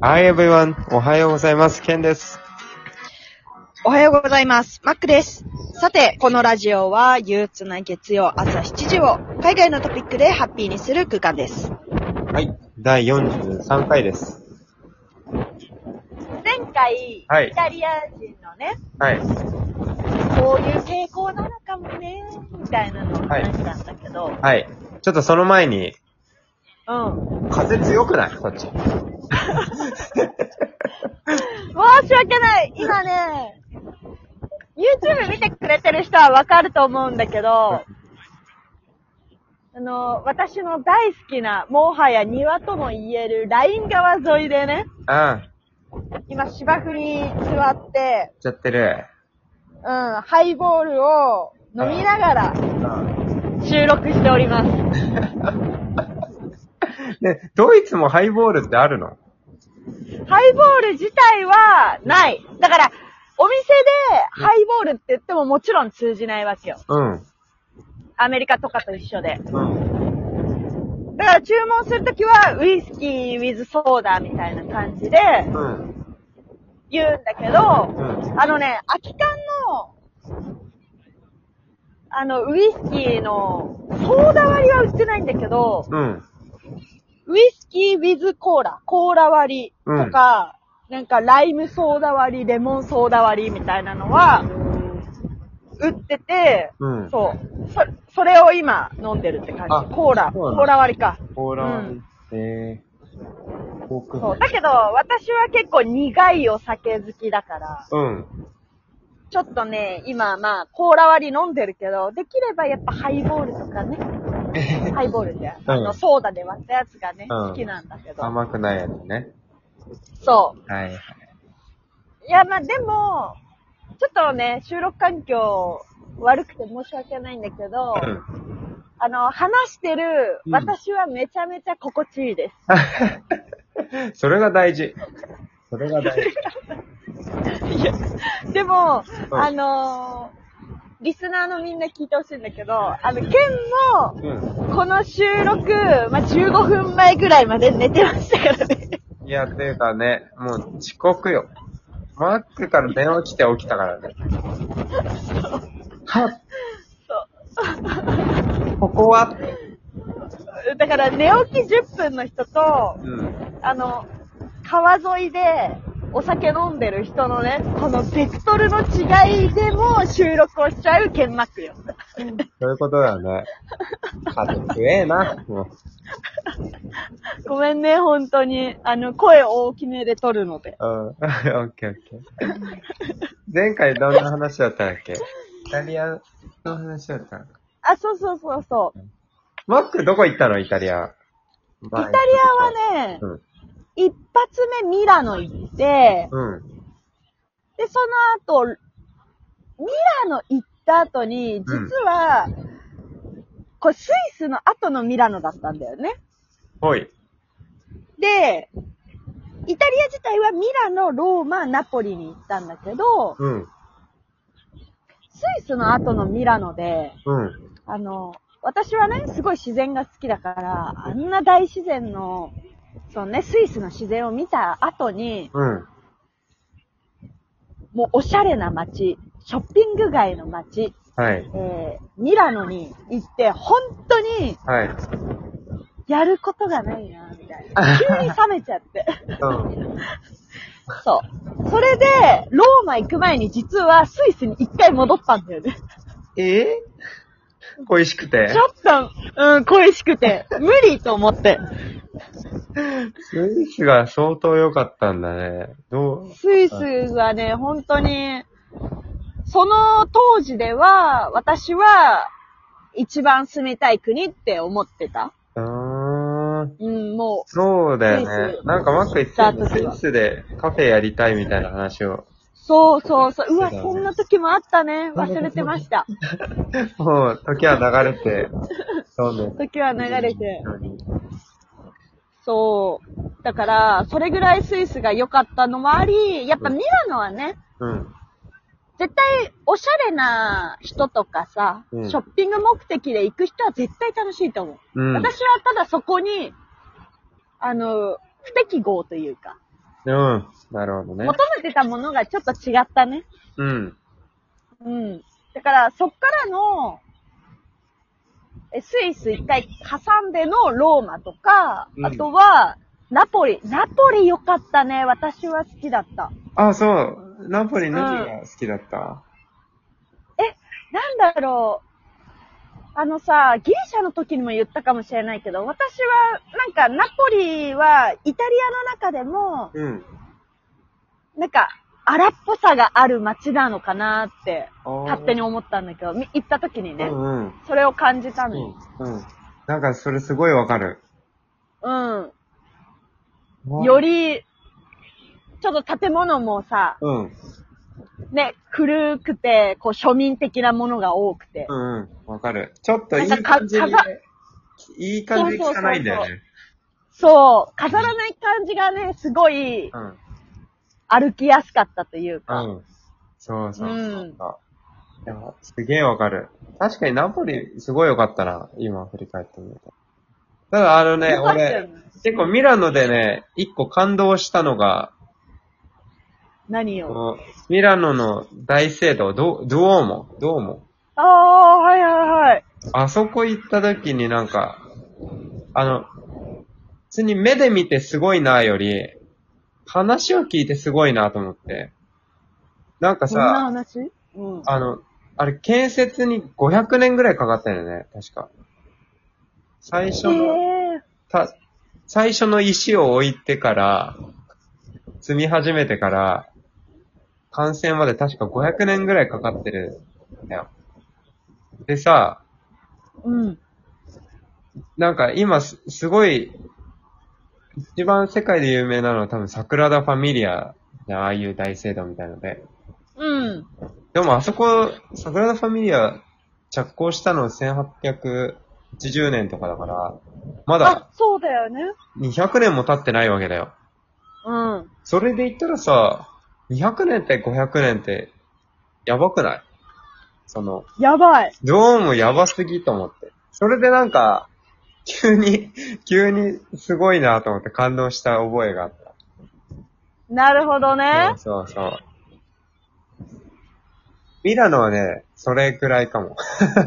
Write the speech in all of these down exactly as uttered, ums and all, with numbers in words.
Hi everyone! おはようございます。ケンです。 おはようございます。マックです。さて、このラジオは憂鬱な月曜朝しちじを海外のトピックでハッピーにする空間です。 はい。だいよんじゅうさんかいです。 前回、はい、イタリア人のね、はい、こういう傾向なのかもね、みたいなのを話したんだけど、 はい。はい。ちょっとその前に、 うん。 風強くないこっち。申し訳ない。今ね、YouTube 見てくれてる人はわかると思うんだけど、あの、私の大好きな、もはや庭とも言えるライン川沿いでね、 ああ今芝生に座って、 ちゃってる。 うん、ハイボールを飲みながら収録しております。 ね、ドイツもハイボールってあるの？ ハイボール自体はない。だから、お店でハイボールって言ってももちろん通じないわけよ。 うん。 アメリカとかと一緒で。 うん。 だから注文するときはウイスキー with ソーダみたいな感じで言うんだけど、うん、あのね、空き缶のあのウイスキーのソーダ割りは売ってないんだけど、うん、ウイスキー with コーラ、コーラ割りとか、うん、なんかライムソーダ割り、レモンソーダ割りみたいなのは売ってて、うん、そう。そ、それを今飲んでるって感じ。コーラ、コーラ割りか。 コーラ割り。うん、へー。そう。だけど、私は結構苦いお酒好きだから、うん。ちょっとね、今まあ、コーラ割り飲んでるけど、できればやっぱハイボールとかね。ハイボールで、あの、ソーダで割ったやつがね、うん、好きなんだけど。 甘くないやつね。 そう。 はいはい。 いや、まあでも、ちょっとね、収録環境悪くて申し訳ないんだけど、うん、あの、話してる私はめちゃめちゃ心地いいです。 うん、それが大事。それが大事。 いや、でも、うん、あのー、リスナーのみんな聞いてほしいんだけど、あの、ケンも、この収録、まあ、じゅうごふんまえぐらいまで寝てましたからね。 いや、ていうかね、もう遅刻よ。マックから電話来て起きたからね。はっ。そう。ここはだから寝起きじゅっぷんの人と、うん、あの、川沿いでお酒飲んでる人のね、このベクトルの違いでも収録をしちゃうケンマックよ。 そういうことだよね。風強えな、もう。 ごめんね、本当に。あの、声大きめで撮るので。 うん。オッケーオッケー。前回どんな話だったっけ？イタリアの話だったの？ あ、そうそうそうそう。 マックどこ行ったの？イタリア。 イタリアはね、うん、一発目ミラノ行って、うん、で、その後、ミラノ行った後に、実は、うん、これスイスの後のミラノだったんだよね。 はい。 で、イタリア自体はミラノ、ローマ、ナポリに行ったんだけど、うん、スイスの後のミラノで、うん、あの、私はね、すごい自然が好きだから、あんな大自然の、そうね、スイスの自然を見た後に、うん、もうおしゃれな街、ショッピング街の街、はい、えー、ミラノに行って、本当に、はい、やることがないな、みたいな。急に冷めちゃって。うん、そう。それで、ローマ行く前に実はスイスに一回戻ったんだよね。 えー恋しくてちょっと、うん、恋しくて。無理と思って。 スイスが相当良かったんだね。どう？ スイスはね、本当に、その当時では、私は、一番住みたい国って思ってた。 あー。 うん、もう。 そうだよね。なんかマック言ってたのスイスでカフェやりたいみたいな話を。 そうそうそう。うわ、そんな時もあったね。忘れてました。 もう、時は流れて、そうね。 時は流れて。そう。だから、それぐらいスイスが良かったのもあり、やっぱミラノはね、うん、絶対おしゃれな人とかさ、うん、ショッピング目的で行く人は絶対楽しいと思う。うん、私はただそこに、あの、不適合というか、 うん。なるほどね。 求めてたものがちょっと違ったね。 うん。 うん。だから、そっからの、えスイス一回挟んでのローマとか、 うん、 あとは、ナポリ。ナポリ良かったね。私は好きだった。 あ、そう。ナポリ何が好きだった、うん、 え、なんだろう。あのさ、ギリシャの時にも言ったかもしれないけど、私は、なんか、ナポリは、イタリアの中でも、うん、なんか、荒っぽさがある街なのかなって、勝手に思ったんだけど、行った時にね、うんうん、それを感じたのよ、 うんうん。なんか、それすごいわかる。 うん。より、ちょっと建物もさ、うん、ね、古くて、こう、庶民的なものが多くて。 うんうん、わかる。ちょっといい感じに、いい感じに汚いんだよね。 そう、飾らない感じがね、すごい、うん、歩きやすかったというか。うん。 そうそうそう。うん、いや、すげえわかる。確かにナポリすごい良かったな、今振り返ってみると。ただあのね、俺、結構ミラノでね、一個感動したのが、 何よ。 ミラノの大聖堂、ド、ドオーモ、ドオーモ。 ああ、はいはいはい。 あそこ行った時になんか、あの、普通に目で見てすごいなより、話を聞いてすごいなと思って。なんかさ、 どんな話？うん。 あの、あれ建設にごひゃくねんぐらいかかったよね、確か。最初の、えー、た、最初の石を置いてから、積み始めてから、完成まで確かごひゃくねんぐらいかかってるんだよ。でさ、うん。なんか今す、すごい、一番世界で有名なのは多分サグラダ・ファミリアじゃん、ああいう大聖堂みたいので。うん。でもあそこ、サグラダ・ファミリア着工したのせんはっぴゃくはちじゅうねんとかだから、まだ、 あ、そうだよね。 にひゃくねんも経ってないわけだよ。うん。それで言ったらさ、にひゃくねんってごひゃくねんって、やばくない？その、 やばい。 どうもやばすぎと思って。それでなんか、急に、急にすごいなと思って感動した覚えがあった。 なるほどね。 そうそうそう。ミラノはね、それくらいかも。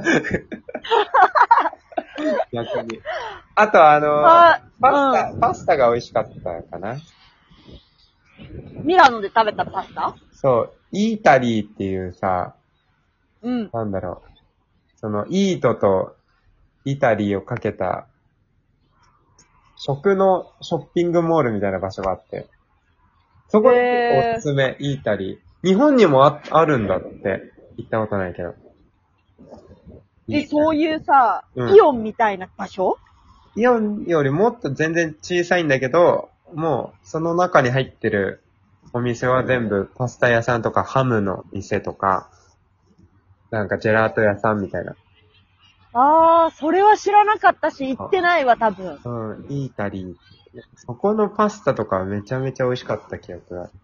逆に。あとあの、あパスタ、うん、パスタが美味しかったかな。 ミラノで食べたパスタ？ そう、イータリーっていうさ、うん。なんだろう。その、イートとイタリーをかけた、食のショッピングモールみたいな場所があって、そこでおすすめ、イータリー。日本にも あ, あるんだって、行ったことないけど。 え、そういうさ、うん、イオンみたいな場所？ イオンよりもっと全然小さいんだけど、もう、その中に入ってるお店は全部パスタ屋さんとかハムの店とか、なんかジェラート屋さんみたいな。 あー、それは知らなかったし、行ってないわ、多分。 うん、イータリー。そこのパスタとかめちゃめちゃ美味しかった記憶がある。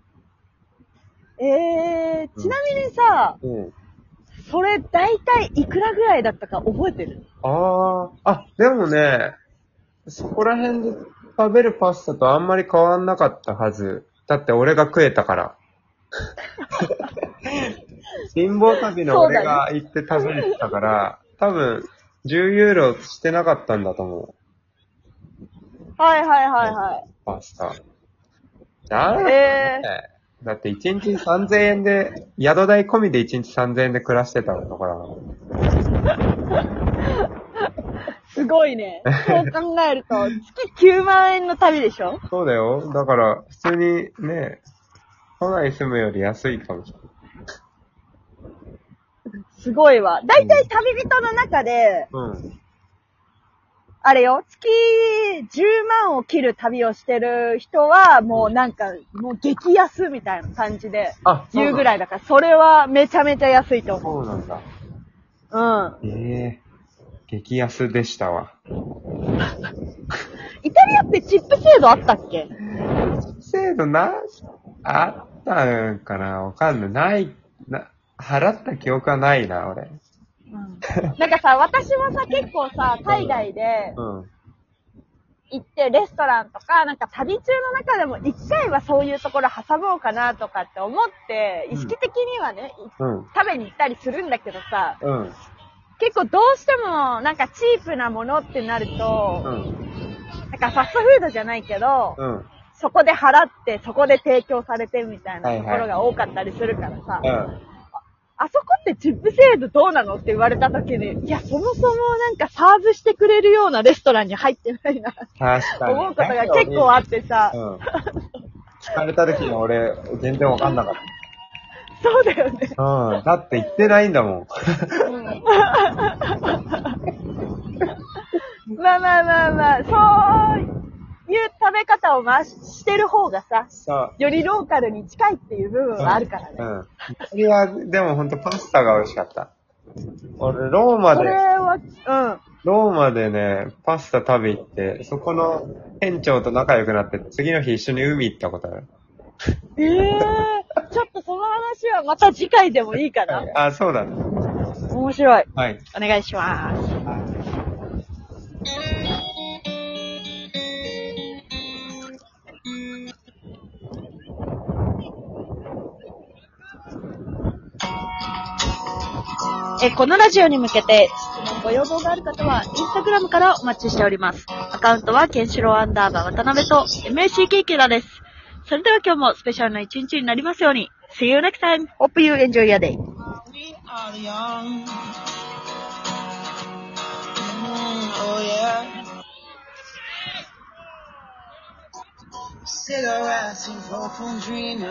えー、ちなみにさ、うん、それ大体いくらぐらいだったか覚えてる？ あー、あ、でもね、そこら辺で食べるパスタとあんまり変わんなかったはず。だって俺が食えたから。貧乏旅の俺が行って食べれてたから、ね、多分じゅうユーロしてなかったんだと思う。 はいはいはいはい。 パスタ。だね、えー、だっていちにちさんぜんえんで、宿代込みでいちにちさんぜんえんで暮らしてたのから。 すごいね。そう考えると、月きゅうまんえんの旅でしょ？ そうだよ。だから、普通にね、都内住むより安いかもしれない。 すごいわ。だいたい旅人の中で、うん、あれよ、月じゅうまんを切る旅をしてる人は、もうなんか、もう激安みたいな感じで言うぐらいだから、それはめちゃめちゃ安いと思う。そうなんだ。 うん。 ええー、激安でしたわ。 イタリアってチップ制度あったっけ？チップ制度な、あったんかなわかんない。ない、な、払った記憶はないな、俺。 うん、なんかさ、私もさ、結構さ、海外で、うん、 行ってレストランとか、なんか旅中の中でも一回はそういうところ挟もうかなとかって思って、意識的にはね、うん、食べに行ったりするんだけどさ、うん、結構どうしてもなんかチープなものってなると、うん、なんかファストフードじゃないけど、うん、そこで払ってそこで提供されてみたいなところが多かったりするからさ、はいはい、うんあそこってチップ制度どうなのって言われた時に、いや、そもそもなんかサーブしてくれるようなレストランに入ってないな。確かに。思うことが結構あってさ。うん、 聞かれた時に俺、全然わかんなかった。 そうだよね。 うん。だって言ってないんだもん。うん、 まあまあまあまあ、そういう食べ方を回してる方がさ、よりローカルに近いっていう部分はあるからね。うん。 うん、それは、でもほんとパスタが美味しかった。俺、ローマで、これは、うん。ローマでね、パスタ食べ行って、そこの店長と仲良くなって、次の日一緒に海行ったことある。 ええー、ちょっとその話はまた次回でもいいかな。 あ、そうだね。 面白い。はい。お願いします。え、このラジオに向けて質問ご要望がある方はインスタグラムからお待ちしております。アカウントはケンシロウアンダーバー渡辺と エムエーシーケー キラです。それでは今日もスペシャルな一日になりますように。See you next time. Hope you enjoy your day. We are young. Oh yeah. Cigarettes and hopeful dreaming.